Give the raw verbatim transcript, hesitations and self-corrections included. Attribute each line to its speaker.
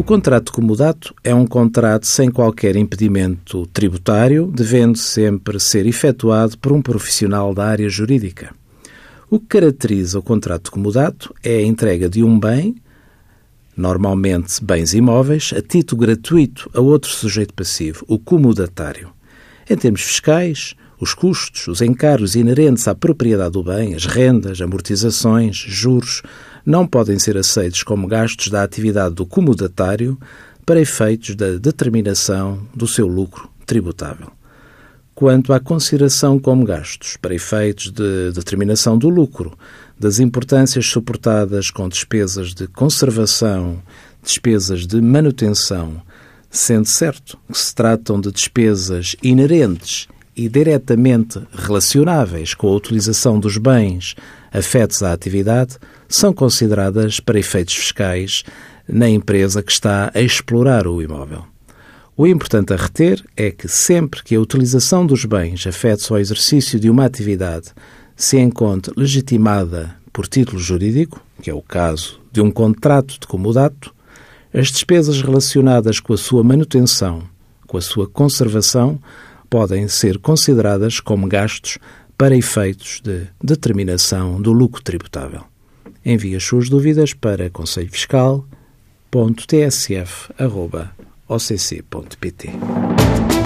Speaker 1: contrato de comodato é um contrato sem qualquer impedimento tributário, devendo sempre ser efetuado por um profissional da área jurídica. O que caracteriza o contrato de comodato é a entrega de um bem, normalmente bens imóveis, a título gratuito a outro sujeito passivo, o comodatário. Em termos fiscais, os custos, os encargos inerentes à propriedade do bem, as rendas, amortizações, juros, não podem ser aceitos como gastos da atividade do comodatário para efeitos da determinação do seu lucro tributável. Quanto à consideração como gastos para efeitos de determinação do lucro, das importâncias suportadas com despesas de conservação, despesas de manutenção, sendo certo que se tratam de despesas inerentes e diretamente relacionáveis com a utilização dos bens afetos à atividade, são consideradas para efeitos fiscais na empresa que está a explorar o imóvel. O importante a reter é que sempre que a utilização dos bens afetos ao exercício de uma atividade se encontre legitimada por título jurídico, que é o caso de um contrato de comodato, as despesas relacionadas com a sua manutenção, com a sua conservação, podem ser consideradas como gastos para efeitos de determinação do lucro tributável. Envie as suas dúvidas para conselho fiscal ponto t s f arroba o c c ponto p t.